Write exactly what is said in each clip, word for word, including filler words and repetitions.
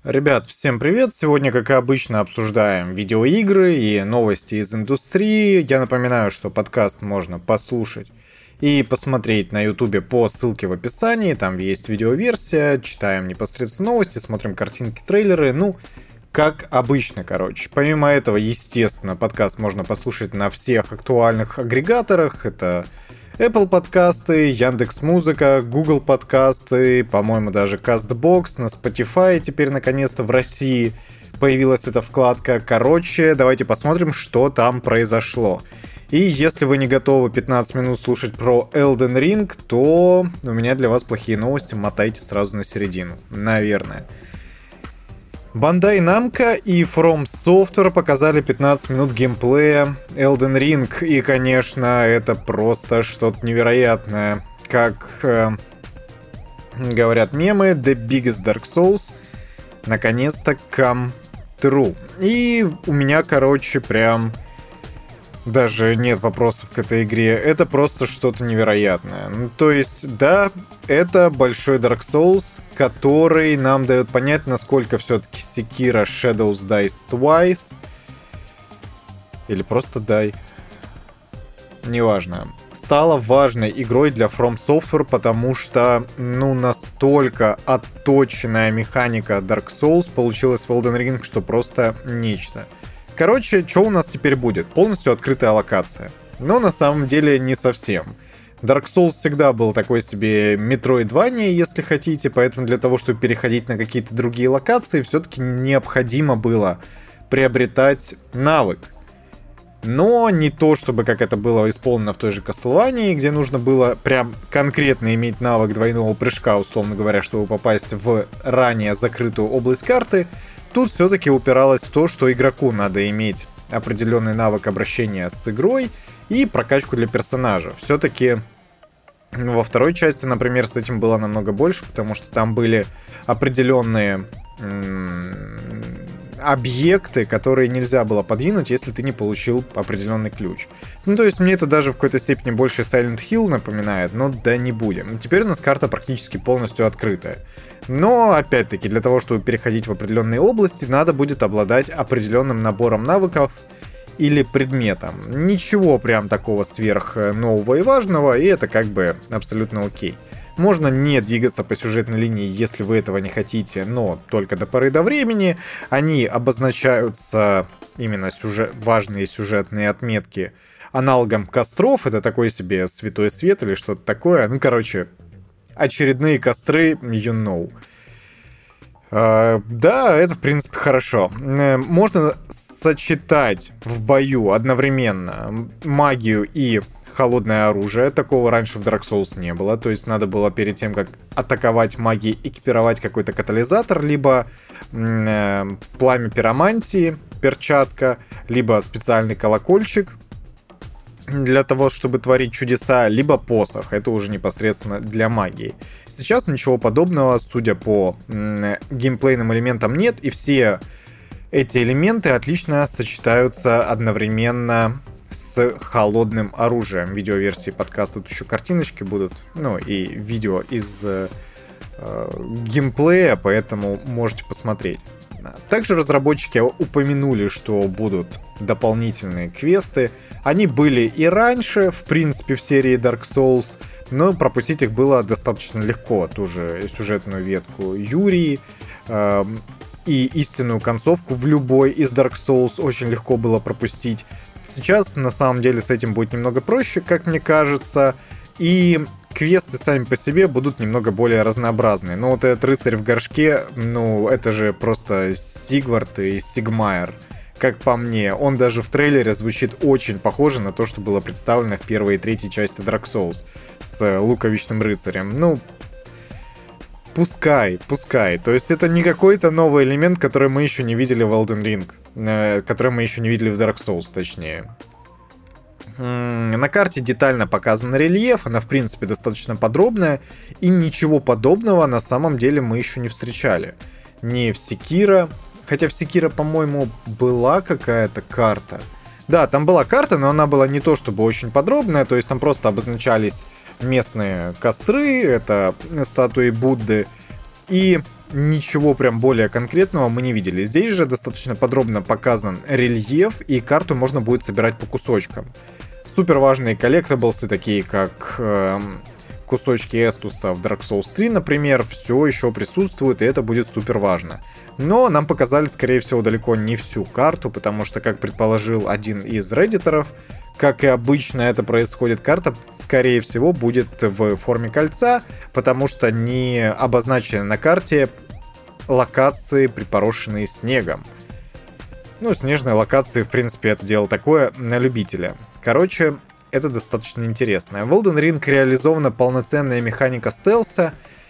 Ребят, всем привет! Сегодня, как и обычно, обсуждаем видеоигры и новости из индустрии. Я напоминаю, что подкаст можно послушать и посмотреть на ютубе по ссылке в описании. Там есть видеоверсия, читаем непосредственно новости, смотрим картинки, трейлеры. Ну, как обычно, короче. Помимо этого, естественно, подкаст можно послушать на всех актуальных агрегаторах. Это Apple подкасты, Яндекс.Музыка, Google подкасты, по-моему, даже CastBox, на Spotify теперь наконец-то в России появилась эта вкладка. Короче, давайте посмотрим, что там произошло. И если вы не готовы пятнадцать минут слушать про Elden Ring, то у меня для вас плохие новости, мотайте сразу на середину, наверное. Bandai Namco и From Software показали пятнадцать минут геймплея Elden Ring, и, конечно, это просто что-то невероятное. Как э, говорят мемы, The Biggest Dark Souls наконец-то come true. И у меня, короче, прям даже нет вопросов к этой игре. Это просто что-то невероятное. Ну, то есть, да, это большой Dark Souls, который нам дает понять, насколько все-таки Sekiro Shadows Die Twice или просто Die, неважно, стала важной игрой для From Software, потому что, ну, настолько отточенная механика Dark Souls получилась в Elden Ring, что просто нечто. Короче, что у нас теперь будет? Полностью открытая локация. Но на самом деле не совсем. Dark Souls всегда был такой себе Metroidvania, если хотите, поэтому для того, чтобы переходить на какие-то другие локации, все-таки необходимо было приобретать навык. Но не то, чтобы как это было исполнено в той же Castlevania, где нужно было прям конкретно иметь навык двойного прыжка, условно говоря, чтобы попасть в ранее закрытую область карты. Тут все-таки упиралось в то, что игроку надо иметь определенный навык обращения с игрой и прокачку для персонажа. Все-таки во второй части, например, с этим было намного больше, потому что там были определенные м- объекты, которые нельзя было подвинуть, если ты не получил определенный ключ. Ну, то есть мне это даже в какой-то степени больше Silent Hill напоминает, но да не будем. Теперь у нас карта практически полностью открытая. Но, опять-таки, для того, чтобы переходить в определенные области, надо будет обладать определенным набором навыков или предметом. Ничего прям такого сверх нового и важного, и это как бы абсолютно окей. Можно не двигаться по сюжетной линии, если вы этого не хотите, но только до поры до времени. Они обозначаются, именно сюжет, важные сюжетные отметки, аналогом костров. Это такой себе святой свет или что-то такое. Ну, короче, очередные костры, you know. Uh, да, это, в принципе, хорошо. Uh, можно сочетать в бою одновременно магию и холодное оружие. Такого раньше в Dark Souls не было. То есть надо было перед тем, как атаковать магией, экипировать какой-то катализатор, либо э, пламя пиромантии, перчатка, либо специальный колокольчик для того, чтобы творить чудеса, либо посох. Это уже непосредственно для магии. Сейчас ничего подобного, судя по м- геймплейным элементам, нет. И все эти элементы отлично сочетаются одновременно с холодным оружием. В видеоверсии подкаста тут еще картиночки будут, ну и видео из э, геймплея, поэтому можете посмотреть. Также разработчики упомянули, что будут дополнительные квесты. Они были и раньше, в принципе, в серии Dark Souls, но пропустить их было достаточно легко. Ту же сюжетную ветку Юрии э, и истинную концовку в любой из Dark Souls очень легко было пропустить. Сейчас, на самом деле, с этим будет немного проще, как мне кажется, и квесты сами по себе будут немного более разнообразные. Но вот этот рыцарь в горшке, ну, это же просто Сигвард и Сигмайер, как по мне. Он даже в трейлере звучит очень похоже на то, что было представлено в первой и третьей части Dark Souls с луковичным рыцарем. Ну, пускай, пускай. То есть это не какой-то новый элемент, который мы еще не видели в Elden Ring. Который мы еще не видели в Dark Souls, точнее. На карте детально показан рельеф, она в принципе достаточно подробная, и ничего подобного на самом деле мы еще не встречали. Ни в Sekiro, хотя в Sekiro, по-моему, была какая-то карта. Да, там была карта, но она была не то чтобы очень подробная, то есть там просто обозначались местные костры, это статуи Будды, и ничего прям более конкретного мы не видели. Здесь же достаточно подробно показан рельеф, и карту можно будет собирать по кусочкам. Супер важные коллектаблсы, такие как э, кусочки Эстуса в Dark Souls три, например, все еще присутствуют, и это будет супер важно. Но нам показали, скорее всего, далеко не всю карту, потому что, как предположил один из реддиторов, как и обычно это происходит, карта, скорее всего, будет в форме кольца, потому что не обозначены на карте локации, припорошенные снегом. Ну, снежные локации, в принципе, это дело такое на любителя. Короче, это достаточно интересно. В Elden Ring реализована полноценная механика стелса,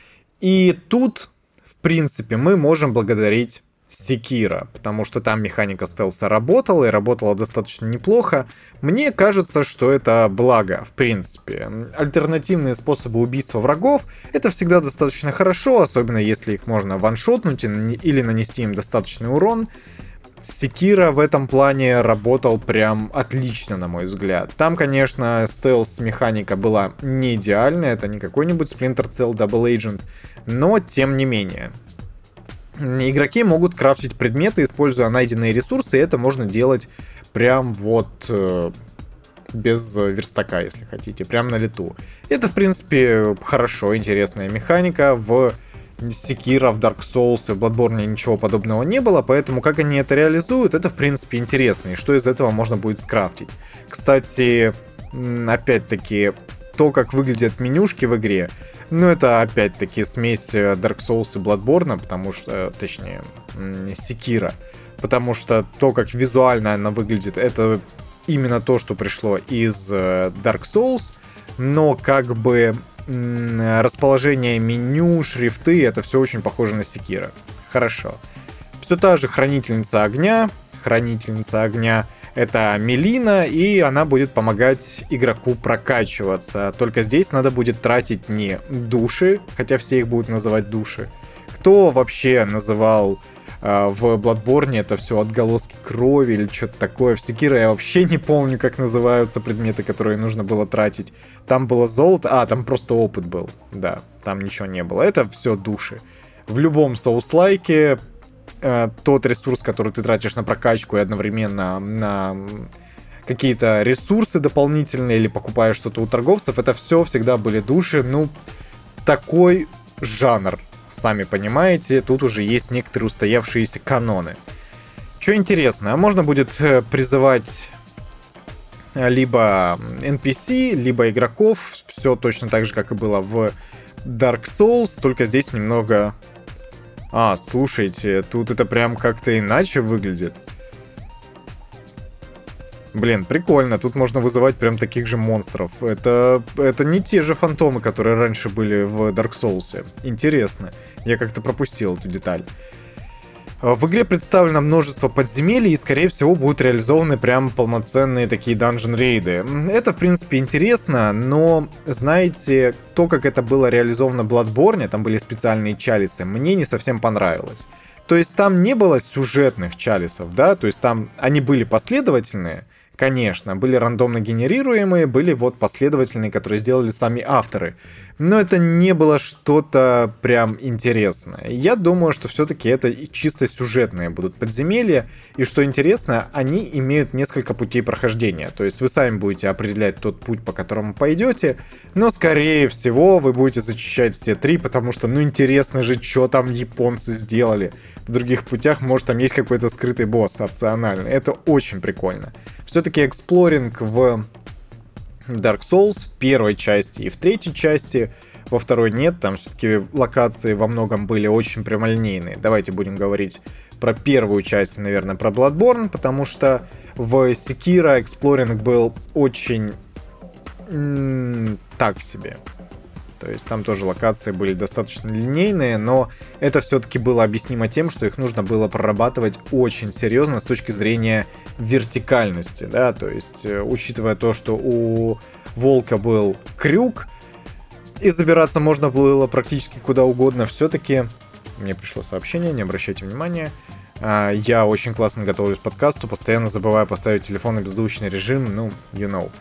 и тут, в принципе, мы можем благодарить Sekiro, потому что там механика стелса работала, и работала достаточно неплохо. Мне кажется, что это благо, в принципе. Альтернативные способы убийства врагов — это всегда достаточно хорошо, особенно если их можно ваншотнуть или нанести им достаточный урон. Sekiro в этом плане работал прям отлично, на мой взгляд. Там, конечно, стелс-механика была не идеальная, это не какой-нибудь Splinter Cell Double Agent, но тем не менее. Игроки могут крафтить предметы, используя найденные ресурсы, и это можно делать прям вот э, без верстака, если хотите, прям на лету. Это, в принципе, хорошо, интересная механика. В Sekiro, в Dark Souls и в Bloodborne ничего подобного не было, поэтому как они это реализуют, это, в принципе, интересно, и что из этого можно будет скрафтить. Кстати, опять-таки, то, как выглядят менюшки в игре, ну, это, опять-таки, смесь Dark Souls и Bloodborne, потому что, точнее, Sekiro, потому что то, как визуально она выглядит, это именно то, что пришло из Dark Souls, но, как бы, расположение меню, шрифты, это все очень похоже на Sekiro. Хорошо. Все та же Хранительница Огня, Хранительница Огня — это Мелина, и она будет помогать игроку прокачиваться. Только здесь надо будет тратить не души, хотя все их будут называть души. Кто вообще называл э, в Bloodborne это все отголоски крови или что-то такое? В Sekiro я вообще не помню, как называются предметы, которые нужно было тратить. Там было золото, а, там просто опыт был. Да, там ничего не было. Это все души. В любом соус-лайке тот ресурс, который ты тратишь на прокачку и одновременно на какие-то ресурсы дополнительные или покупаешь что-то у торговцев, это все всегда были души. Ну, такой жанр, сами понимаете, тут уже есть некоторые устоявшиеся каноны. Что интересно, можно будет призывать либо эн пи си, либо игроков, все точно так же, как и было в Dark Souls, только здесь немного... А, слушайте, тут это прям как-то иначе выглядит. Блин, прикольно, тут можно вызывать прям таких же монстров. Это, это не те же фантомы, которые раньше были в Dark Souls. Интересно, я как-то пропустил эту деталь. В игре представлено множество подземелий, и, скорее всего, будут реализованы прям полноценные такие данжен-рейды. Это, в принципе, интересно, но, знаете, то, как это было реализовано в Bloodborne, там были специальные чалисы, мне не совсем понравилось. То есть там не было сюжетных чалисов, да, то есть там они были последовательные, конечно, были рандомно генерируемые, были вот последовательные, которые сделали сами авторы. Но это не было что-то прям интересное. Я думаю, что все-таки это чисто сюжетные будут подземелья. И что интересно, они имеют несколько путей прохождения. То есть вы сами будете определять тот путь, по которому пойдете. Но, скорее всего, вы будете зачищать все три, потому что, ну, интересно же, что там японцы сделали. В других путях, может, там есть какой-то скрытый босс опциональный. Это очень прикольно. Все-таки эксплоринг в Dark Souls в первой части и в третьей части, во второй нет, там все-таки локации во многом были очень прямолинейные. Давайте будем говорить про первую часть, наверное, про Bloodborne, потому что в Sekiro эксплоринг был очень м- так себе. То есть там тоже локации были достаточно линейные, но это все-таки было объяснимо тем, что их нужно было прорабатывать очень серьезно с точки зрения вертикальности, да, то есть учитывая то, что у Волка был крюк, и забираться можно было практически куда угодно, все-таки мне пришло сообщение, не обращайте внимания. Я очень классно готовлюсь к подкасту, постоянно забываю поставить телефон на беззвучный режим, ну, you know.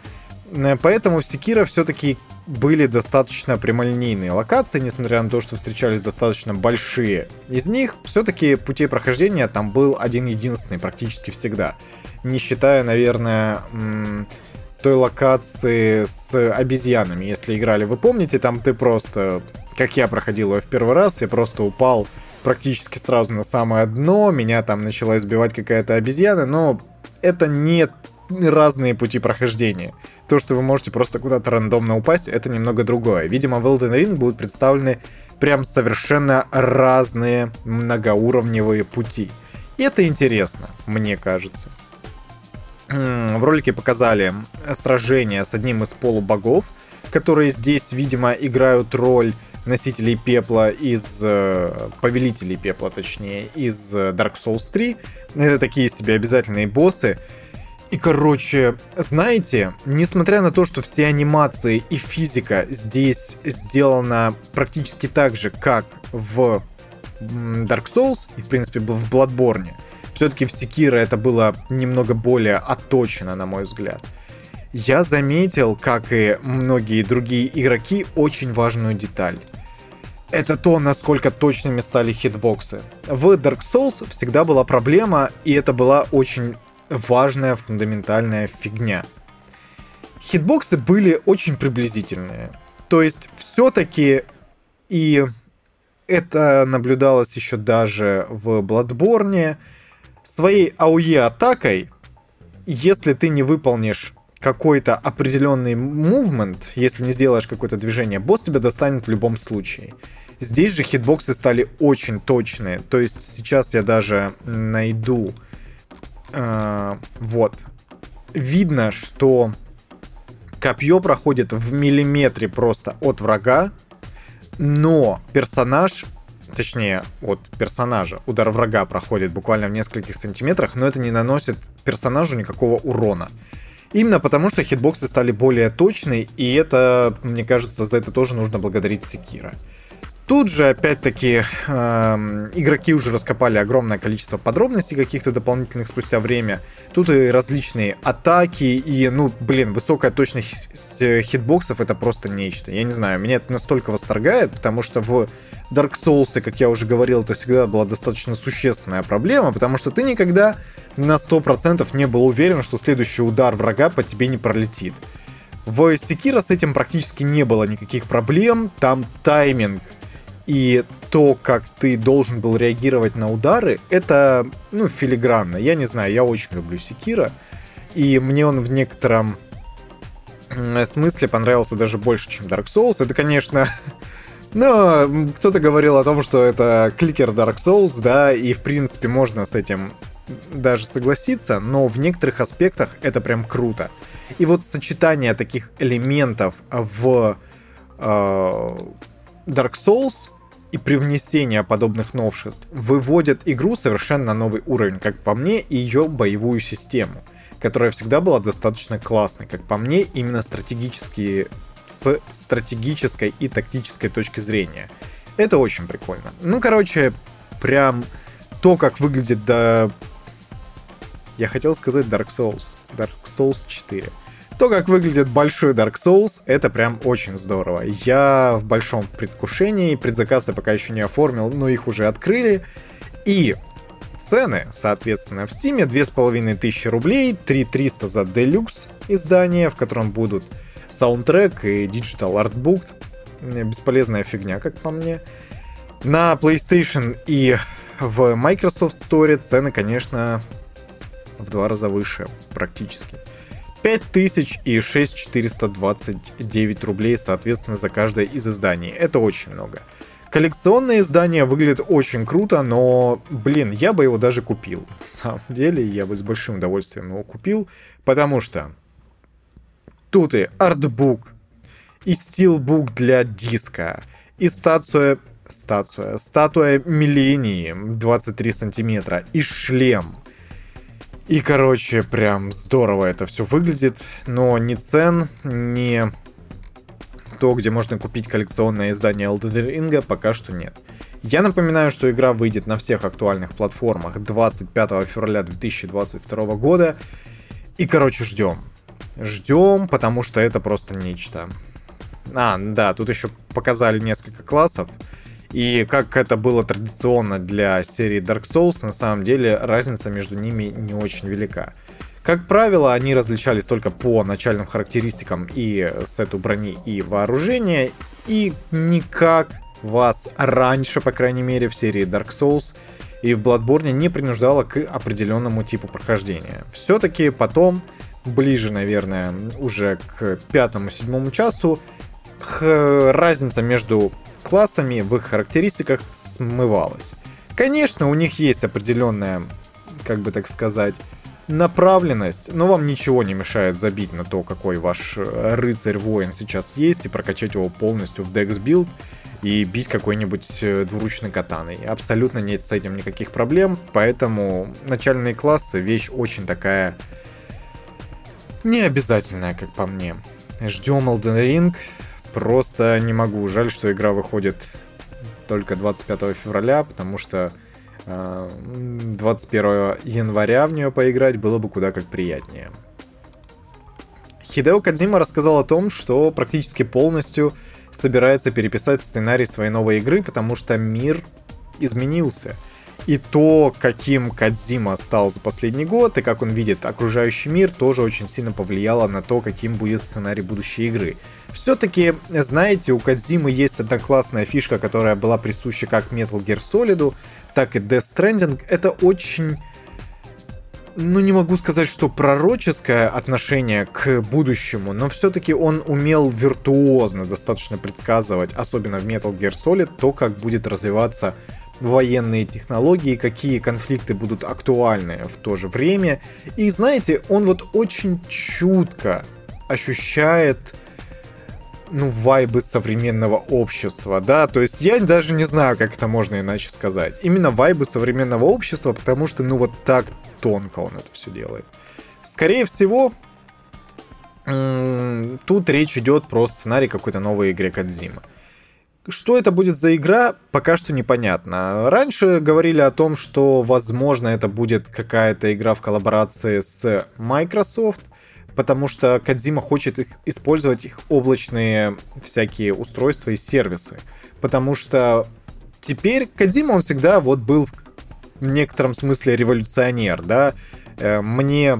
Поэтому в Sekiro все-таки были достаточно прямолинейные локации, несмотря на то, что встречались достаточно большие из них, все-таки путей прохождения там был один-единственный практически всегда. Не считая, наверное, той локации с обезьянами. Если играли, вы помните, там ты просто, как я проходил ее в первый раз, я просто упал практически сразу на самое дно, меня там начала избивать какая-то обезьяна, но это не разные пути прохождения. То, что вы можете просто куда-то рандомно упасть, это немного другое. Видимо, в Elden Ring будут представлены прям совершенно разные многоуровневые пути. И это интересно, мне кажется. В ролике показали сражение с одним из полубогов, которые здесь, видимо, играют роль носителей пепла из... Э, повелителей пепла, точнее, из Dark Souls три. Это такие себе обязательные боссы. И, короче, знаете, несмотря на то, что все анимации и физика здесь сделана практически так же, как в Dark Souls и, в принципе, в Bloodborne, все-таки в Sekiro это было немного более отточено, на мой взгляд. Я заметил, как и многие другие игроки, очень важную деталь. Это то, насколько точными стали хитбоксы. В Dark Souls всегда была проблема, и это была очень важная фундаментальная фигня. Хитбоксы были очень приблизительные. То есть все-таки, и это наблюдалось еще даже в Bloodborne, своей эй о и-атакой, если ты не выполнишь какой-то определенный мувмент, если не сделаешь какое-то движение, босс тебя достанет в любом случае. Здесь же хитбоксы стали очень точные. То есть сейчас я даже найду... Uh, вот. Видно, что копье проходит в миллиметре просто от врага, но персонаж, точнее, от персонажа, удар врага проходит буквально в нескольких сантиметрах, но это не наносит персонажу никакого урона. Именно потому, что хитбоксы стали более точные, и это, мне кажется, за это тоже нужно благодарить Sekiro. Тут же, опять-таки, э, игроки уже раскопали огромное количество подробностей каких-то дополнительных спустя время. Тут и различные атаки, и, ну, блин, высокая точность хитбоксов — это просто нечто. Я не знаю, меня это настолько восторгает, потому что в Dark Souls, как я уже говорил, это всегда была достаточно существенная проблема, потому что ты никогда на сто процентов не был уверен, что следующий удар врага по тебе не пролетит. В Sekiro с этим практически не было никаких проблем, там тайминг и то, как ты должен был реагировать на удары, это, ну, филигранно. Я не знаю, я очень люблю Sekiro, и мне он в некотором смысле понравился даже больше, чем Dark Souls. Это, конечно... Но кто-то говорил о том, что это кликер Dark Souls, да, и, в принципе, можно с этим даже согласиться, но в некоторых аспектах это прям круто. И вот сочетание таких элементов в э, Dark Souls и привнесение подобных новшеств выводят игру совершенно на новый уровень, как по мне, и ее боевую систему, которая всегда была достаточно классной, как по мне, именно стратегически, с стратегической и тактической точки зрения. Это очень прикольно. Ну, короче, прям то, как выглядит, да... Я хотел сказать Dark Souls. Dark Souls четыре. То, как выглядит большой Dark Souls, это прям очень здорово. Я в большом предвкушении, предзаказ я пока еще не оформил, но их уже открыли. И цены, соответственно, в Steam две тысячи пятьсот рублей, три тысячи триста за Deluxe издание, в котором будут саундтрек и Digital Artbook. Бесполезная фигня, как по мне. На PlayStation и в Microsoft Store цены, конечно, в два раза выше, практически. пять тысяч и шесть тысяч четыреста двадцать девять рублей, соответственно, за каждое из изданий. Это очень много. Коллекционное издание выглядит очень круто, но, блин, я бы его даже купил. На самом деле, я бы с большим удовольствием его купил, потому что тут и артбук, и стилбук для диска, и статуя, статуя, статуя Милении двадцать три сантиметра, и шлем. И, короче, прям здорово это все выглядит, но ни цен, ни то, где можно купить коллекционное издание Elden Ring, пока что нет. Я напоминаю, что игра выйдет на всех актуальных платформах двадцать пятого февраля две тысячи двадцать второго года. И, короче, ждем. Ждем, потому что это просто нечто. А, да, тут еще показали несколько классов. И как это было традиционно для серии Dark Souls, на самом деле разница между ними не очень велика. Как правило, они различались только по начальным характеристикам и сету брони и вооружения, и никак вас раньше, по крайней мере, в серии Dark Souls и в Bloodborne не принуждало к определенному типу прохождения. Все-таки потом, ближе, наверное, уже к пятому-седьмому часу, разница между классами в их характеристиках смывалась. Конечно, у них есть определенная, как бы так сказать, направленность, но вам ничего не мешает забить на то, какой ваш рыцарь-воин сейчас есть, и прокачать его полностью в декс-билд и бить какой-нибудь двуручной катаной. Абсолютно нет с этим никаких проблем, поэтому начальные классы — вещь очень такая необязательная, как по мне. Ждем Elden Ring. Просто не могу. Жаль, что игра выходит только двадцать пятого февраля, потому что двадцать первого января в нее поиграть было бы куда как приятнее. Хидео Кодзима рассказал о том, что практически полностью собирается переписать сценарий своей новой игры, потому что мир изменился. И то, каким Кодзима стал за последний год, и как он видит окружающий мир, тоже очень сильно повлияло на то, каким будет сценарий будущей игры. Все-таки, знаете, у Кодзимы есть одна классная фишка, которая была присуща как Metal Gear Solid, так и Death Stranding. Это очень, ну не могу сказать, что пророческое отношение к будущему, но все-таки он умел виртуозно достаточно предсказывать, особенно в Metal Gear Solid, то, как будет развиваться военные технологии, какие конфликты будут актуальны в то же время. И знаете, он вот очень чутко ощущает, ну, вайбы современного общества, да, то есть я даже не знаю, как это можно иначе сказать. Именно вайбы современного общества, потому что, ну, вот так тонко он это все делает. Скорее всего, м- тут речь идет про сценарий какой-то новой игры Кодзимы. Что это будет за игра, пока что непонятно. Раньше говорили о том, что, возможно, это будет какая-то игра в коллаборации с Microsoft, потому что Кодзима хочет их, использовать их облачные всякие устройства и сервисы. Потому что теперь Кодзима, он всегда вот был в некотором смысле революционер, да. Мне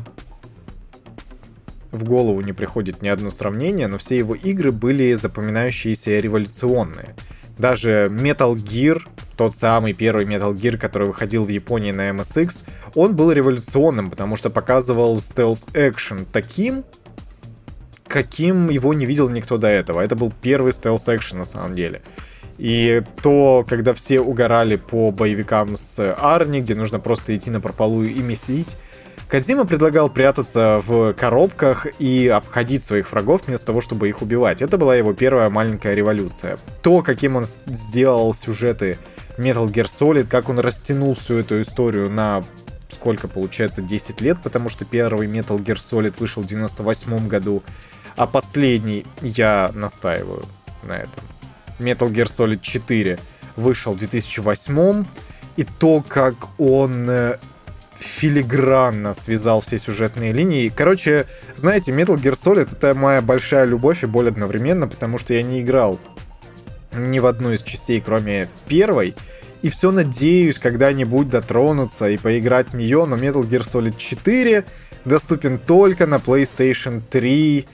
в голову не приходит ни одно сравнение, но все его игры были запоминающиеся и революционные. Даже Metal Gear, тот самый первый Metal Gear, который выходил в Японии на эм эс икс, он был революционным, потому что показывал стелс-экшен таким, каким его не видел никто до этого. Это был первый стелс-экшен на самом деле. И то, когда все угорали по боевикам с Арни, где нужно просто идти напропалую и месить, Кодзима предлагал прятаться в коробках и обходить своих врагов вместо того, чтобы их убивать. Это была его первая маленькая революция. То, каким он сделал сюжеты Metal Gear Solid, как он растянул всю эту историю на, сколько получается, десять лет, потому что первый Metal Gear Solid вышел в девяносто восьмом году, а последний, я настаиваю на этом, Metal Gear Solid четыре вышел в две тысячи восьмом, и то, как он филигранно связал все сюжетные линии. Короче, знаете, Metal Gear Solid — это моя большая любовь и боль одновременно, потому что я не играл ни в одну из частей, кроме первой, и все надеюсь когда-нибудь дотронуться и поиграть в нее, но Metal Gear Solid четыре доступен только на PlayStation три,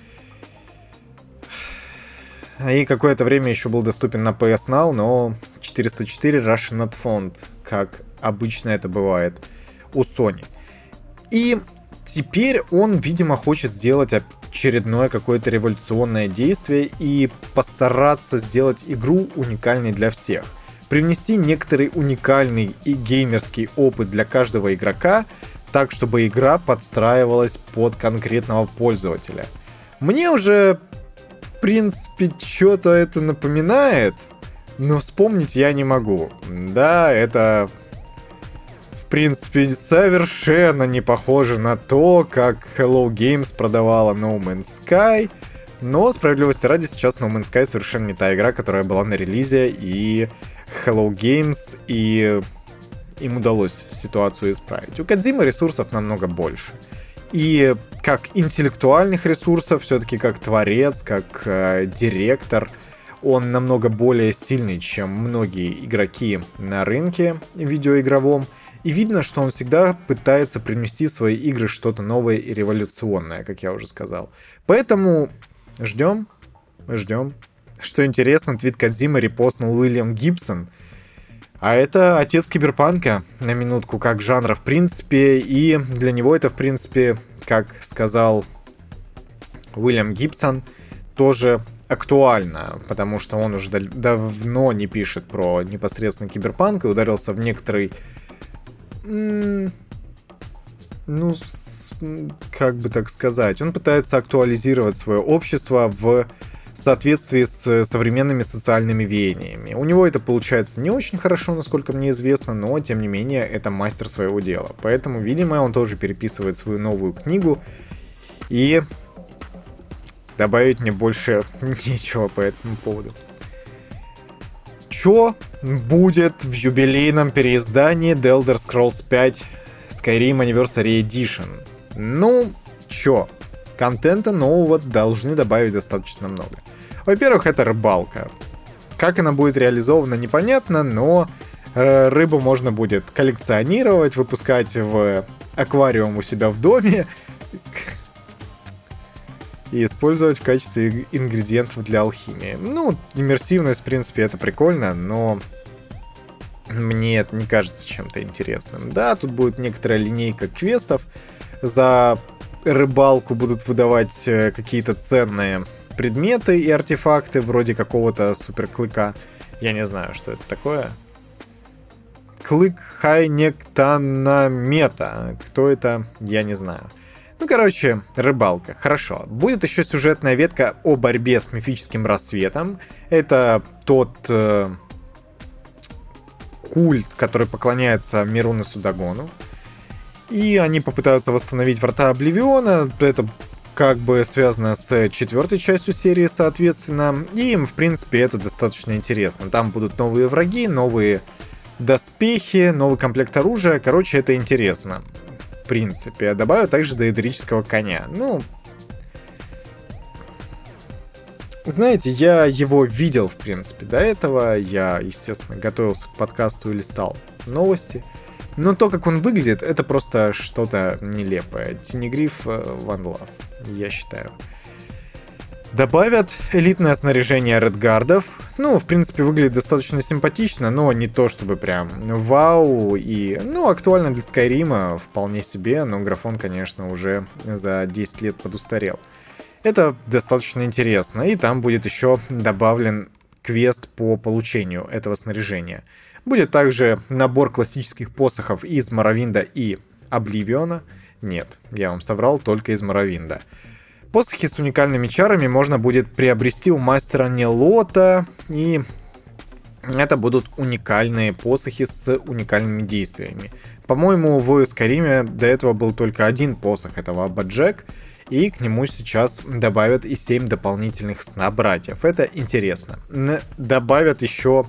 и какое-то время еще был доступен на пи эс Now, но четыреста четыре Russian Not Found, как обычно это бывает у Sony. И теперь он, видимо, хочет сделать очередное какое-то революционное действие и постараться сделать игру уникальной для всех. Привнести некоторый уникальный и геймерский опыт для каждого игрока, так, чтобы игра подстраивалась под конкретного пользователя. Мне уже, в принципе, что-то это напоминает, но вспомнить я не могу. Да, это в принципе, совершенно не похоже на то, как Hello Games продавала No Man's Sky. Но, справедливости ради, сейчас No Man's Sky совершенно не та игра, которая была на релизе, и Hello Games, и им удалось ситуацию исправить. У Кодзимы ресурсов намного больше. И как интеллектуальных ресурсов, все-таки как творец, как э, директор, он намного более сильный, чем многие игроки на рынке видеоигровом. И видно, что он всегда пытается принести в свои игры что-то новое и революционное, как я уже сказал. Поэтому ждем, ждем. Что интересно, твит Кодзимы репостнул Уильям Гибсон. А это отец киберпанка, на минутку, как жанра в принципе. И для него это, в принципе, как сказал Уильям Гибсон, тоже актуально, потому что он уже давно не пишет про непосредственно киберпанк и ударился в некоторый... Ну, как бы так сказать, он пытается актуализировать свое общество в соответствии с современными социальными веяниями. У него это получается не очень хорошо, насколько мне известно, но, тем не менее, это мастер своего дела. Поэтому, видимо, он тоже переписывает свою новую книгу, и добавить мне больше нечего по этому поводу. Чё будет в юбилейном переиздании The Elder Scrolls пять Skyrim Anniversary Edition? Ну, чё? Контента нового должны добавить достаточно много. Во-первых, это рыбалка. Как она будет реализована, непонятно, но рыбу можно будет коллекционировать, выпускать в аквариум у себя в доме и использовать в качестве ингредиентов для алхимии. Ну, иммерсивность, в принципе, это прикольно, но мне это не кажется чем-то интересным. Да, тут будет некоторая линейка квестов. За рыбалку будут выдавать какие-то ценные предметы и артефакты, вроде какого-то суперклыка. Я не знаю, что это такое. Клык Хайнектанамета. Кто это? Я не знаю. Ну, короче, рыбалка. Хорошо. Будет еще сюжетная ветка о борьбе с мифическим рассветом. Это тот э, культ, который поклоняется Мируну Судагону. И они попытаются восстановить врата Обливиона. Это как бы связано с четвертой частью серии, соответственно. И им, в принципе, это достаточно интересно. Там будут новые враги, новые доспехи, новый комплект оружия. Короче, это интересно. В принципе. Добавят также доэдерического коня. Ну... Знаете, я его видел, в принципе, до этого. Я, естественно, готовился к подкасту и листал новости. Но то, как он выглядит, это просто что-то нелепое. Тенегриф One Love, я считаю. Добавят элитное снаряжение редгардов. Ну, в принципе, выглядит достаточно симпатично, но не то чтобы прям вау. И, ну, актуально для Скайрима вполне себе, но графон, конечно, уже за десять лет подустарел. Это достаточно интересно, и там будет еще добавлен квест по получению этого снаряжения. Будет также набор классических посохов из Моровинда и Обливиона. Нет, я вам соврал, только из Моровинда. Посохи с уникальными чарами можно будет приобрести у мастера Нелота, и это будут уникальные посохи с уникальными действиями. По-моему, в Скайриме до этого был только один посох, этого Абаджек, и к нему сейчас добавят и семь дополнительных сна-братьев. Это интересно. Добавят еще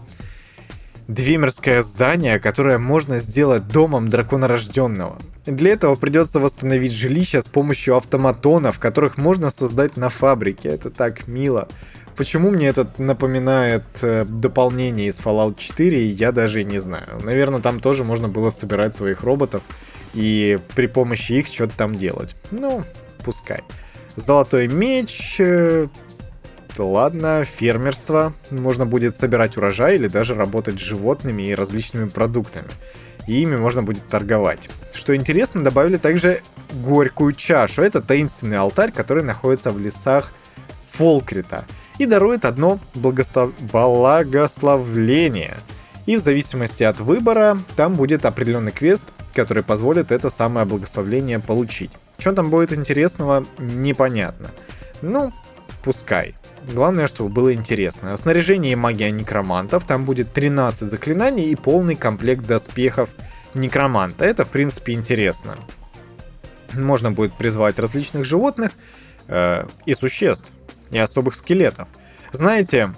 двимерское здание, которое можно сделать домом драконорожденного. Для этого придется восстановить жилище с помощью автоматонов, которых можно создать на фабрике. Это так мило. Почему мне это напоминает э, дополнение из Fallout четыре, я даже не знаю. Наверное, там тоже можно было собирать своих роботов и при помощи их что-то там делать. Ну, пускай. Золотой меч... Э, Ладно, фермерство. Можно будет собирать урожай или даже работать с животными и различными продуктами. И ими можно будет торговать. Что интересно, добавили также горькую чашу. Это таинственный алтарь, который находится в лесах Фолкрита. И дарует одно благослов... благословление. И в зависимости от выбора, там будет определенный квест, который позволит это самое благословление получить. Что там будет интересного, непонятно. Ну, пускай. Главное, чтобы было интересно. Снаряжение и магия некромантов. Там будет тринадцать заклинаний и полный комплект доспехов некроманта. Это, в принципе, интересно. Можно будет призвать различных животных э, и существ, и особых скелетов. Знаете,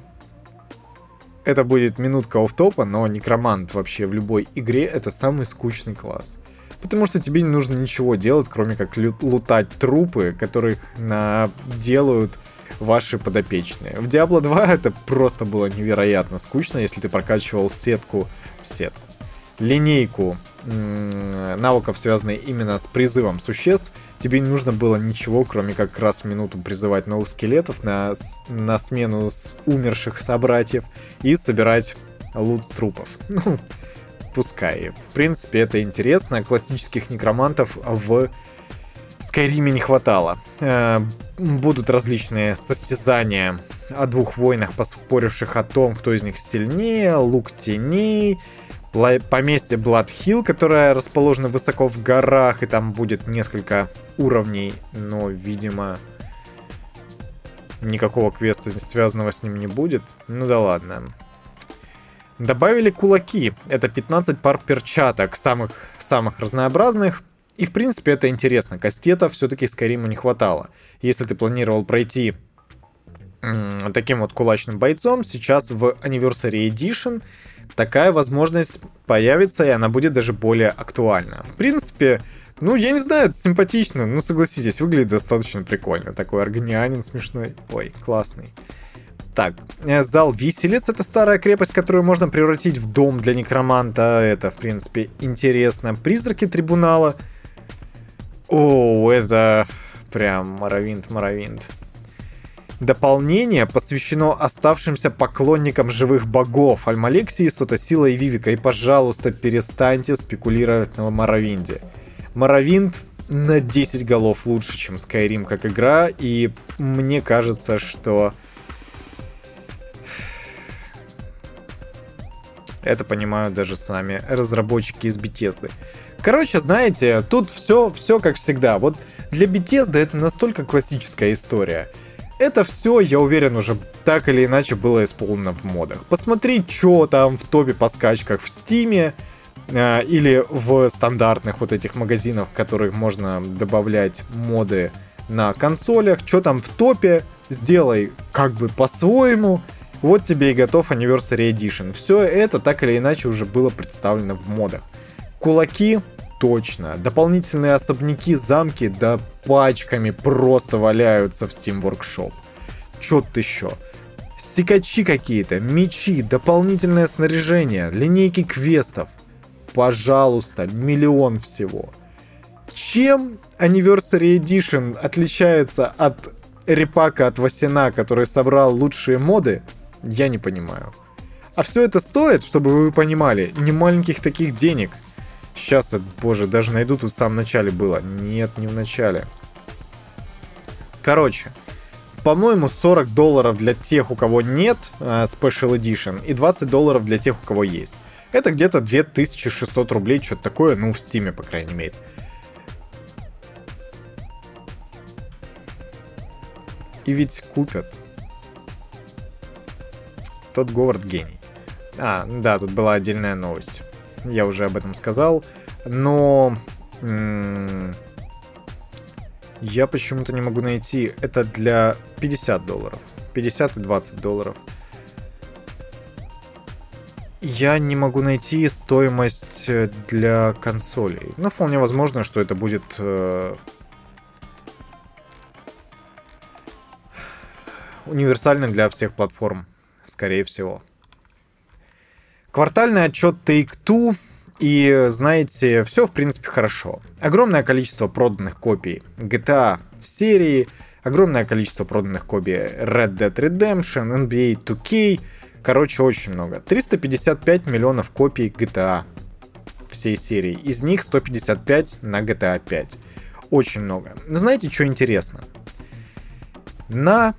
это будет минутка офф-топа, но некромант вообще в любой игре это самый скучный класс. Потому что тебе не нужно ничего делать, кроме как лю- лутать трупы, которых на... делают ваши подопечные. В Diablo два это просто было невероятно скучно, если ты прокачивал сетку, сетку, линейку м- навыков, связанные именно с призывом существ. Тебе не нужно было ничего, кроме как раз в минуту призывать новых скелетов на, на смену с умерших собратьев и собирать лут с трупов. Ну, пускай. В принципе, это интересно. Классических некромантов в Скайриме не хватало. Будут различные состязания о двух воинах, поспоривших о том, кто из них сильнее, лук теней, поместье Бладхилл, которое расположено высоко в горах, и там будет несколько уровней, но, видимо, никакого квеста, связанного с ним, не будет. Ну да ладно. Добавили кулаки. Это пятнадцать пар перчаток, самых, самых разнообразных. И, в принципе, это интересно. Кастета все-таки Скайриму не хватало. Если ты планировал пройти м- таким вот кулачным бойцом, сейчас в Anniversary Edition такая возможность появится, и она будет даже более актуальна. В принципе, ну, я не знаю, это симпатично. Ну, согласитесь, выглядит достаточно прикольно. Такой органианин смешной. Ой, классный. Так, зал виселиц — это старая крепость, которую можно превратить в дом для некроманта. Это, в принципе, интересно. Призраки трибунала. О, это прям Моровинд, Моровинд. Дополнение посвящено оставшимся поклонникам живых богов Альмалексии, Сотосила и Вивика. И, пожалуйста, перестаньте спекулировать на Моровинде. Моровинд на десять голов лучше, чем Skyrim как игра. И мне кажется, что... это понимают даже сами разработчики из Bethesda. Короче, знаете, тут все, все как всегда. Вот для Bethesda это настолько классическая история. Это все, я уверен, уже так или иначе было исполнено в модах. Посмотри, что там в топе по скачках в Стиме э, или в стандартных вот этих магазинах, в которых можно добавлять моды на консолях. Что там в топе, сделай как бы по-своему. Вот тебе и готов Anniversary Edition. Все это так или иначе уже было представлено в модах. Кулаки точно. Дополнительные особняки, замки, да пачками просто валяются в Steam Workshop. Чё тут еще? Секачи какие-то, мечи, дополнительное снаряжение, линейки квестов. Пожалуйста, миллион всего. Чем Anniversary Edition отличается от репака от Васина, который собрал лучшие моды? Я не понимаю. А все это стоит, чтобы вы понимали, не маленьких таких денег. Сейчас, боже, даже найду, тут в самом начале было. Нет, не в начале. Короче, по-моему, сорок долларов для тех, у кого нет э, Special Edition, и двадцать долларов для тех, у кого есть. Это где-то две тысячи шестьсот рублей, что-то такое, ну, в Стиме, по крайней мере. И ведь купят. Тот Говард гений. А, да, тут была отдельная новость. Я уже об этом сказал. Но... М- я почему-то не могу найти. Это для пятьдесят долларов. пятьдесят и двадцать долларов. Я не могу найти стоимость для консолей. Но вполне возможно, что это будет... Э- универсально для всех платформ. Скорее всего. Квартальный отчет Take-Two. И, знаете, все в принципе хорошо. Огромное количество проданных копий джи ти эй серии. Огромное количество проданных копий Red Dead Redemption, эн би эй ту кей. Короче, очень много. триста пятьдесят пять миллионов копий джи ти эй всей серии. Из них сто пятьдесят пять на джи ти эй пять. Очень много. Но знаете, что интересно? На...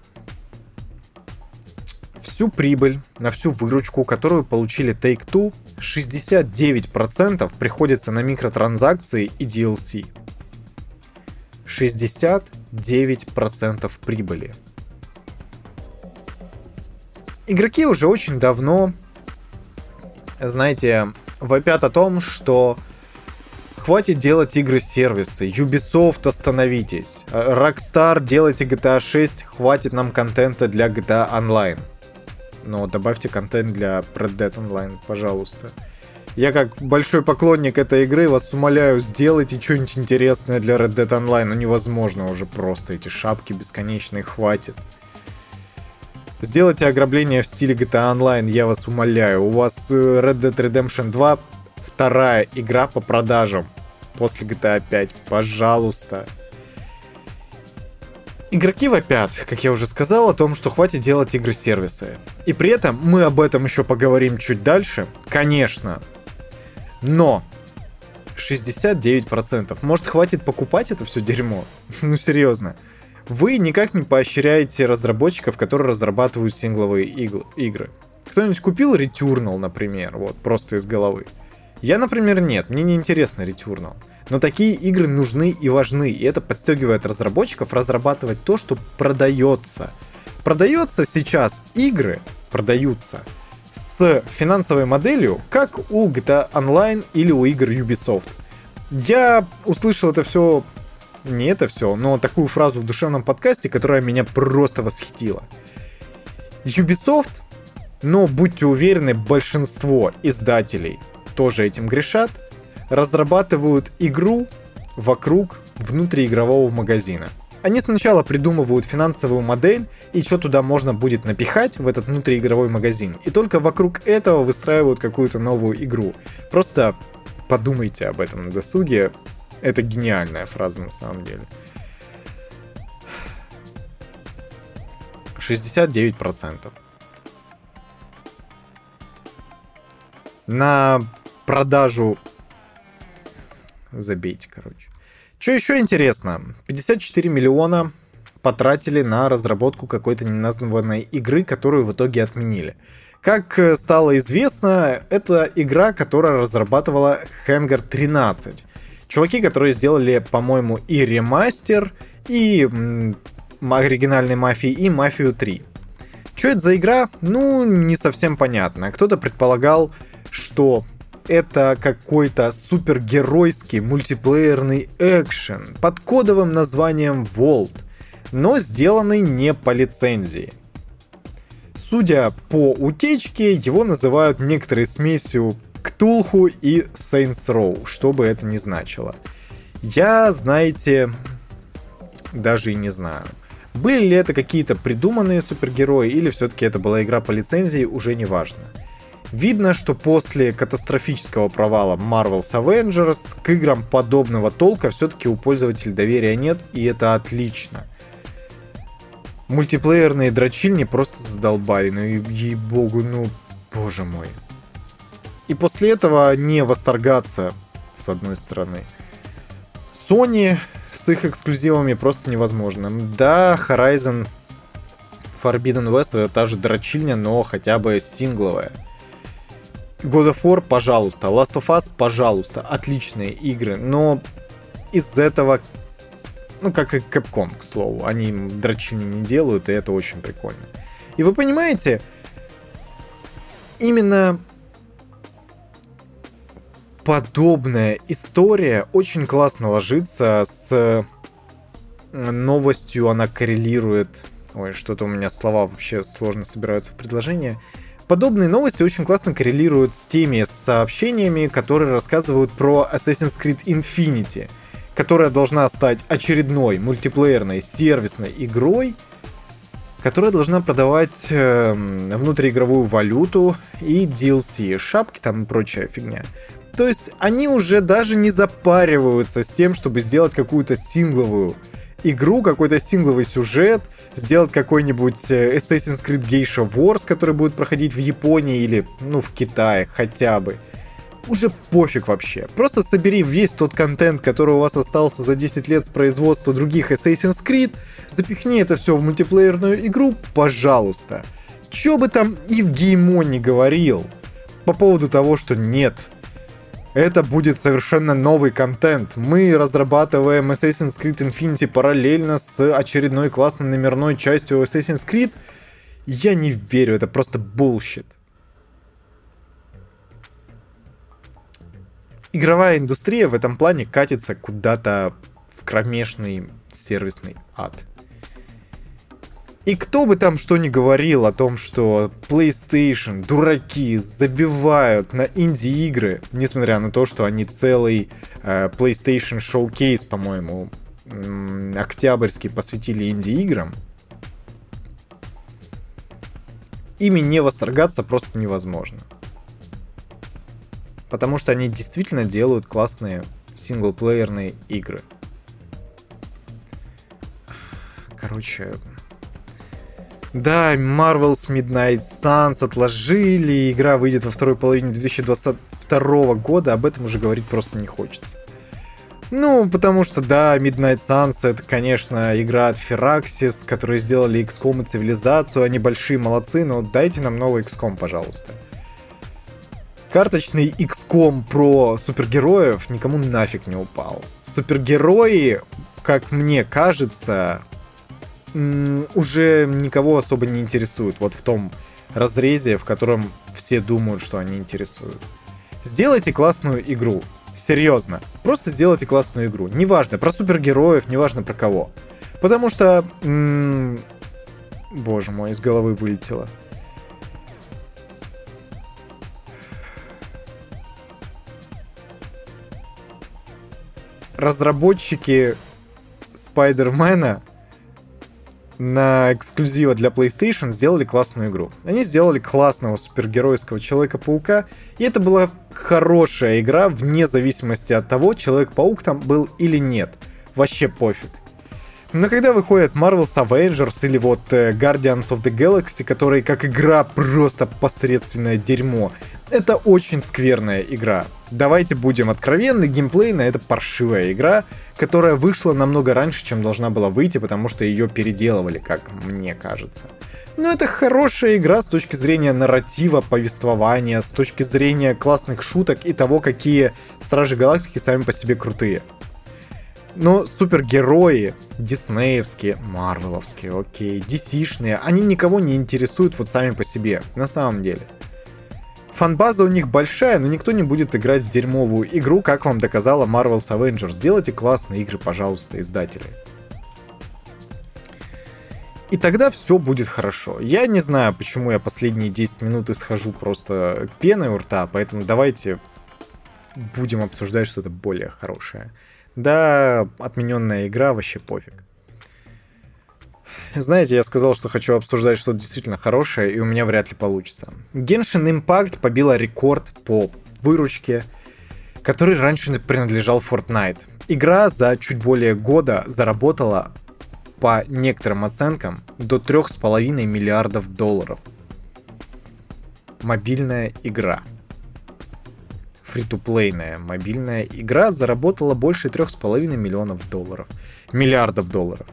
всю прибыль, на всю выручку, которую получили Take-Two, шестьдесят девять процентов приходится на микротранзакции и ди эл си. шестьдесят девять процентов прибыли. Игроки уже очень давно, знаете, вопят о том, что хватит делать игры-сервисы, Ubisoft, остановитесь, Rockstar, делайте джи ти эй шесть, хватит нам контента для джи ти эй Online. Но добавьте контент для Red Dead Online, пожалуйста. Я как большой поклонник этой игры вас умоляю, сделайте что-нибудь интересное для Red Dead Online. Ну невозможно уже просто, эти шапки бесконечные, хватит. Сделайте ограбление в стиле джи ти эй Online, я вас умоляю. У вас Red Dead Redemption два вторая игра по продажам после джи ти эй пять, пожалуйста. Игроки вопят, как я уже сказал, о том, что хватит делать игры-сервисы. И при этом мы об этом еще поговорим чуть дальше, конечно. Но шестьдесят девять процентов. Может, хватит покупать это все дерьмо? Ну, серьезно. Вы никак не поощряете разработчиков, которые разрабатывают сингловые игл- игры. Кто-нибудь купил Returnal, например, вот, просто из головы? Я, например, нет, мне не интересно Returnal. Но такие игры нужны и важны, и это подстегивает разработчиков разрабатывать то, что продается. Продается сейчас игры, продаются с финансовой моделью, как у джи ти эй Online или у игр Ubisoft. Я услышал это все, не это все, но такую фразу в душевном подкасте, которая меня просто восхитила. Ubisoft, но будьте уверены, большинство издателей тоже этим грешат, разрабатывают игру вокруг внутриигрового магазина. Они сначала придумывают финансовую модель и что туда можно будет напихать в этот внутриигровой магазин. И только вокруг этого выстраивают какую-то новую игру. Просто подумайте об этом на досуге. Это гениальная фраза на самом деле. шестьдесят девять процентов. На продажу... Забейте, короче. Что еще интересно? пятьдесят четыре миллиона потратили на разработку какой-то неназванной игры, которую в итоге отменили. Как стало известно, это игра, которая разрабатывала Hangar тринадцать. Чуваки, которые сделали, по-моему, и ремастер, и м- оригинальной Мафии, и Мафию три. Что это за игра? Ну, не совсем понятно. Кто-то предполагал, что это какой-то супергеройский мультиплеерный экшен под кодовым названием Vault, но сделанный не по лицензии. Судя по утечке, его называют некоторой смесью Ктулху и Saints Row, что бы это ни значило. Я, знаете, даже и не знаю. Были ли это какие-то придуманные супергерои, или все-таки это была игра по лицензии, уже не важно. Видно, что после катастрофического провала Marvel's Avengers к играм подобного толка все-таки у пользователей доверия нет, и это отлично. Мультиплеерные дрочильни просто задолбали, ну ей-богу, ну боже мой. И после этого не восторгаться, с одной стороны. Sony с их эксклюзивами просто невозможно. Да, Horizon Forbidden West это та же дрочильня, но хотя бы сингловая. God of War, пожалуйста. Last of Us, пожалуйста. Отличные игры. Но из этого... Ну, как и Capcom, к слову. Они дрочильни не делают, и это очень прикольно. И вы понимаете, именно подобная история очень классно ложится с новостью. Она коррелирует... Ой, что-то у меня слова вообще сложно собираются в предложение. Подобные новости очень классно коррелируют с теми сообщениями, которые рассказывают про Assassin's Creed Infinity, которая должна стать очередной мультиплеерной сервисной игрой, которая должна продавать э, внутриигровую валюту и ди эл си, шапки там и прочая фигня. То есть они уже даже не запариваются с тем, чтобы сделать какую-то сингловую игру, какой-то сингловый сюжет, сделать какой-нибудь Assassin's Creed Geisha Wars, который будет проходить в Японии или, ну, в Китае хотя бы. Уже пофиг вообще. Просто собери весь тот контент, который у вас остался за десять лет с производства других Assassin's Creed, запихни это все в мультиплеерную игру, пожалуйста. Чё бы там Евгеймон не говорил по поводу того, что нет, это будет совершенно новый контент. Мы разрабатываем Assassin's Creed Infinity параллельно с очередной классной номерной частью Assassin's Creed. Я не верю, это просто bullshit. Игровая индустрия в этом плане катится куда-то в кромешный сервисный ад. И кто бы там что ни говорил о том, что PlayStation, дураки, забивают на инди-игры, несмотря на то, что они целый э, PlayStation Showcase, по-моему, м- октябрьский посвятили инди-играм, ими не восторгаться просто невозможно. Потому что они действительно делают классные синглплеерные игры. Короче... Да, Marvel's Midnight Suns отложили, игра выйдет во второй половине две тысячи двадцать второго года, об этом уже говорить просто не хочется. Ну, потому что, да, Midnight Suns — это, конечно, игра от Firaxis, которые сделали икс ком и Цивилизацию, они большие молодцы, но дайте нам новый икс ком, пожалуйста. Карточный икс ком про супергероев никому нафиг не упал. Супергерои, как мне кажется... уже никого особо не интересует. Вот в том разрезе, в котором все думают, что они интересуют. Сделайте классную игру. Серьезно. Просто сделайте классную игру. Неважно, про супергероев, неважно про кого. Потому что... М- Боже мой, из головы вылетело. Разработчики Спайдермена на эксклюзива для PlayStation сделали классную игру. Они сделали классного супергеройского Человека-паука, и это была хорошая игра вне зависимости от того, Человек-паук там был или нет. Вообще пофиг. Но когда выходит Marvel's Avengers или вот Guardians of the Galaxy, которые как игра просто посредственное дерьмо, это очень скверная игра. Давайте будем откровенны, геймплейно это паршивая игра, которая вышла намного раньше, чем должна была выйти, потому что ее переделывали, как мне кажется. Но это хорошая игра с точки зрения нарратива, повествования, с точки зрения классных шуток и того, какие Стражи Галактики сами по себе крутые. Но супергерои, диснеевские, марвеловские, окей, ди си-шные, они никого не интересуют вот сами по себе, на самом деле. Фан-база у них большая, но никто не будет играть в дерьмовую игру, как вам доказала Marvel's Avengers. Сделайте классные игры, пожалуйста, издатели. И тогда все будет хорошо. Я не знаю, почему я последние десять минут исхожу просто пеной у рта, поэтому давайте будем обсуждать что-то более хорошее. Да, отмененная игра, вообще пофиг. Знаете, я сказал, что хочу обсуждать что-то действительно хорошее, и у меня вряд ли получится. Genshin Impact побила рекорд по выручке, который раньше принадлежал Fortnite. Игра за чуть более года заработала, по некоторым оценкам, до трех с половиной миллиардов долларов. Мобильная игра. Фри-ту-плейная мобильная игра заработала больше трех с половиной миллионов долларов. Миллиардов долларов.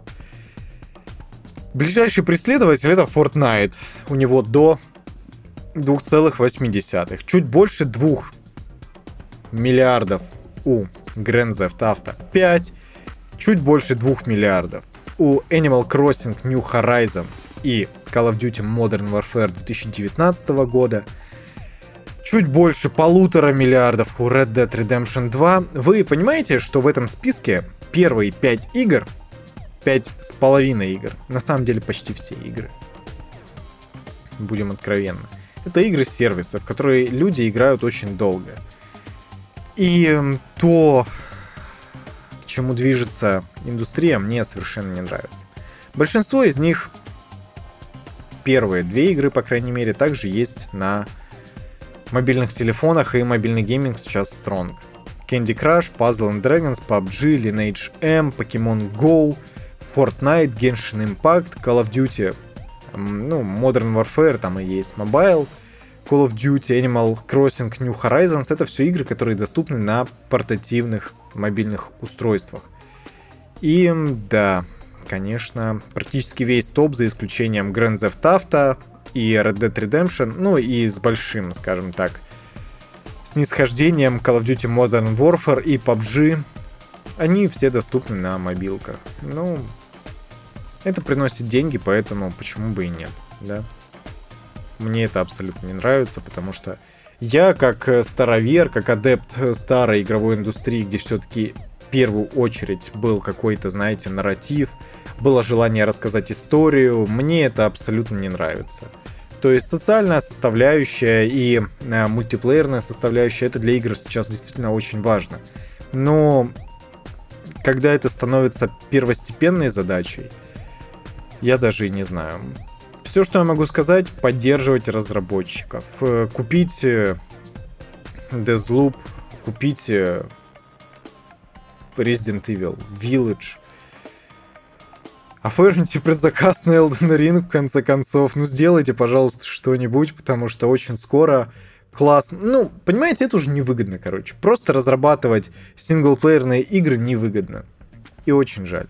Ближайший преследователь — это Fortnite. У него до два целых восемь десятых. Чуть больше двух миллиардов у Grand Theft Auto пять. Чуть больше двух миллиардов у Animal Crossing New Horizons и Call of Duty Modern Warfare две тысячи девятнадцатого года. Чуть больше полутора миллиардов у Red Dead Redemption два. Вы понимаете, что в этом списке первые пять игр, пять с половиной игр, на самом деле почти все игры, будем откровенны, это игры сервисов, в которые люди играют очень долго. И то, к чему движется индустрия, мне совершенно не нравится. Большинство из них, первые две игры, по крайней мере, также есть на мобильных телефонах, и мобильный гейминг сейчас стронг. Candy Crush, Puzzle and Dragons, пи ю би джи, Lineage M, Pokemon Go, Fortnite, Genshin Impact, Call of Duty, ну, Modern Warfare, там и есть Mobile, Call of Duty, Animal Crossing, New Horizons — это все игры, которые доступны на портативных мобильных устройствах. И да, конечно, практически весь топ, за исключением Grand Theft Auto и Red Dead Redemption, ну и с большим, скажем так, снисхождением Call of Duty Modern Warfare и пи ю би джи, они все доступны на мобилках. Ну, это приносит деньги, поэтому почему бы и нет, да? Мне это абсолютно не нравится, потому что я, как старовер, как адепт старой игровой индустрии, где все-таки в первую очередь был какой-то, знаете, нарратив, было желание рассказать историю. Мне это абсолютно не нравится. То есть социальная составляющая и э, мультиплеерная составляющая, это для игр сейчас действительно очень важно. Но когда это становится первостепенной задачей, я даже и не знаю. Все, что я могу сказать, поддерживать разработчиков. Купить Deathloop, купить Resident Evil Village. Оформите предзаказ на Elden Ring, в конце концов. Ну, сделайте, пожалуйста, что-нибудь, потому что очень скоро классно. Ну, понимаете, это уже невыгодно, короче. Просто разрабатывать синглплеерные игры невыгодно. И очень жаль.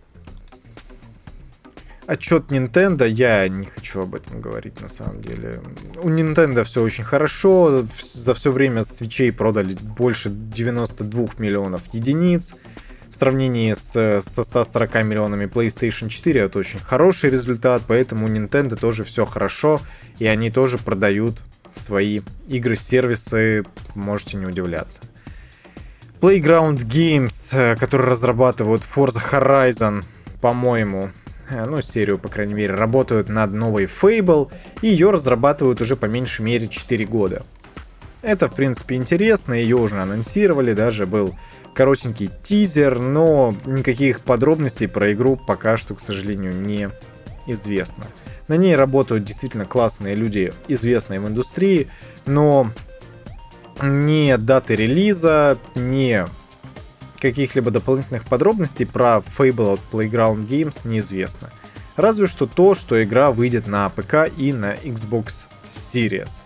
Отчет Nintendo, я не хочу об этом говорить, на самом деле. У Nintendo все очень хорошо. За все время свечей продали больше девяносто два миллионов единиц. В сравнении с, со ста сорока миллионами PlayStation четыре это очень хороший результат, поэтому у Nintendo тоже все хорошо, и они тоже продают свои игры-сервисы, можете не удивляться. Playground Games, которые разрабатывают Forza Horizon, по-моему, ну, серию, по крайней мере, работают над новой Fable, и ее разрабатывают уже по меньшей мере четыре года. Это, в принципе, интересно, ее уже анонсировали, даже был коротенький тизер, но никаких подробностей про игру пока что, к сожалению, не известно. На ней работают действительно классные люди, известные в индустрии, но ни даты релиза, ни каких-либо дополнительных подробностей про Fable от Playground Games неизвестно. Разве что то, что игра выйдет на ПК и на Xbox Series.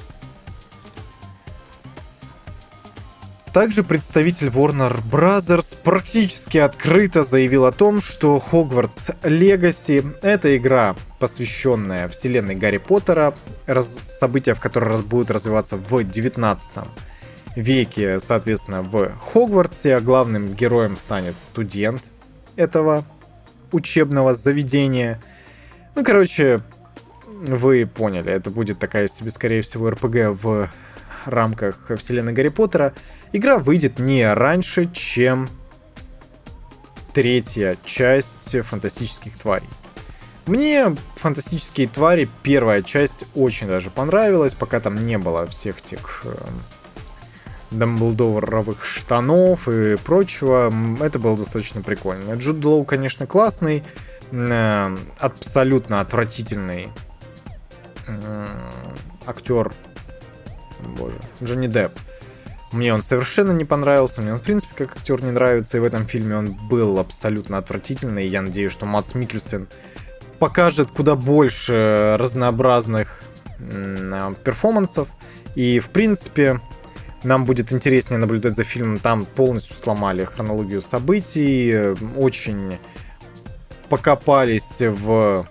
Также представитель Warner Bros. Практически открыто заявил о том, что Hogwarts Legacy — это игра, посвященная вселенной Гарри Поттера, раз... события в которой раз... будут развиваться в девятнадцатом веке, соответственно, в Хогвартсе, а главным героем станет студент этого учебного заведения. Ну, короче, вы поняли, это будет такая себе, скорее всего, эр пи джи в рамках вселенной Гарри Поттера. Игра выйдет не раньше, чем третья часть фантастических тварей. Мне фантастические твари первая часть очень даже понравилась, пока там не было всех тех э, дамблдоровых штанов и прочего. Это было достаточно прикольно. Джуд Лоу, конечно, классный, э, абсолютно отвратительный э, актер. Боже, Джонни Депп. Мне он совершенно не понравился, мне он, в принципе, как актер не нравится, и в этом фильме он был абсолютно отвратительный, и я надеюсь, что Мадс Миккельсен покажет куда больше разнообразных м- перформансов, и, в принципе, нам будет интереснее наблюдать за фильмом, там полностью сломали хронологию событий, очень покопались в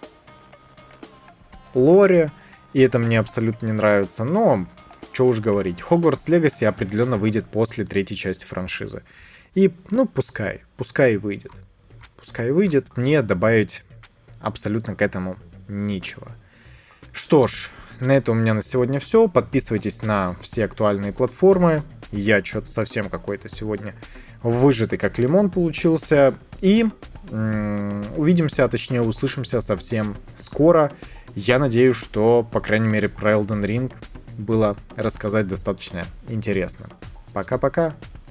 лоре, и это мне абсолютно не нравится, но... Что уж говорить, Hogwarts Legacy определенно выйдет после третьей части франшизы. И, ну, пускай, пускай и выйдет. Пускай и выйдет, мне добавить абсолютно к этому нечего. Что ж, на этом у меня на сегодня все. Подписывайтесь на все актуальные платформы. Я что-то совсем какой-то сегодня выжатый как лимон получился. И м- увидимся, а точнее услышимся совсем скоро. Я надеюсь, что, по крайней мере, про Elden Ring было рассказать достаточно интересно. Пока-пока.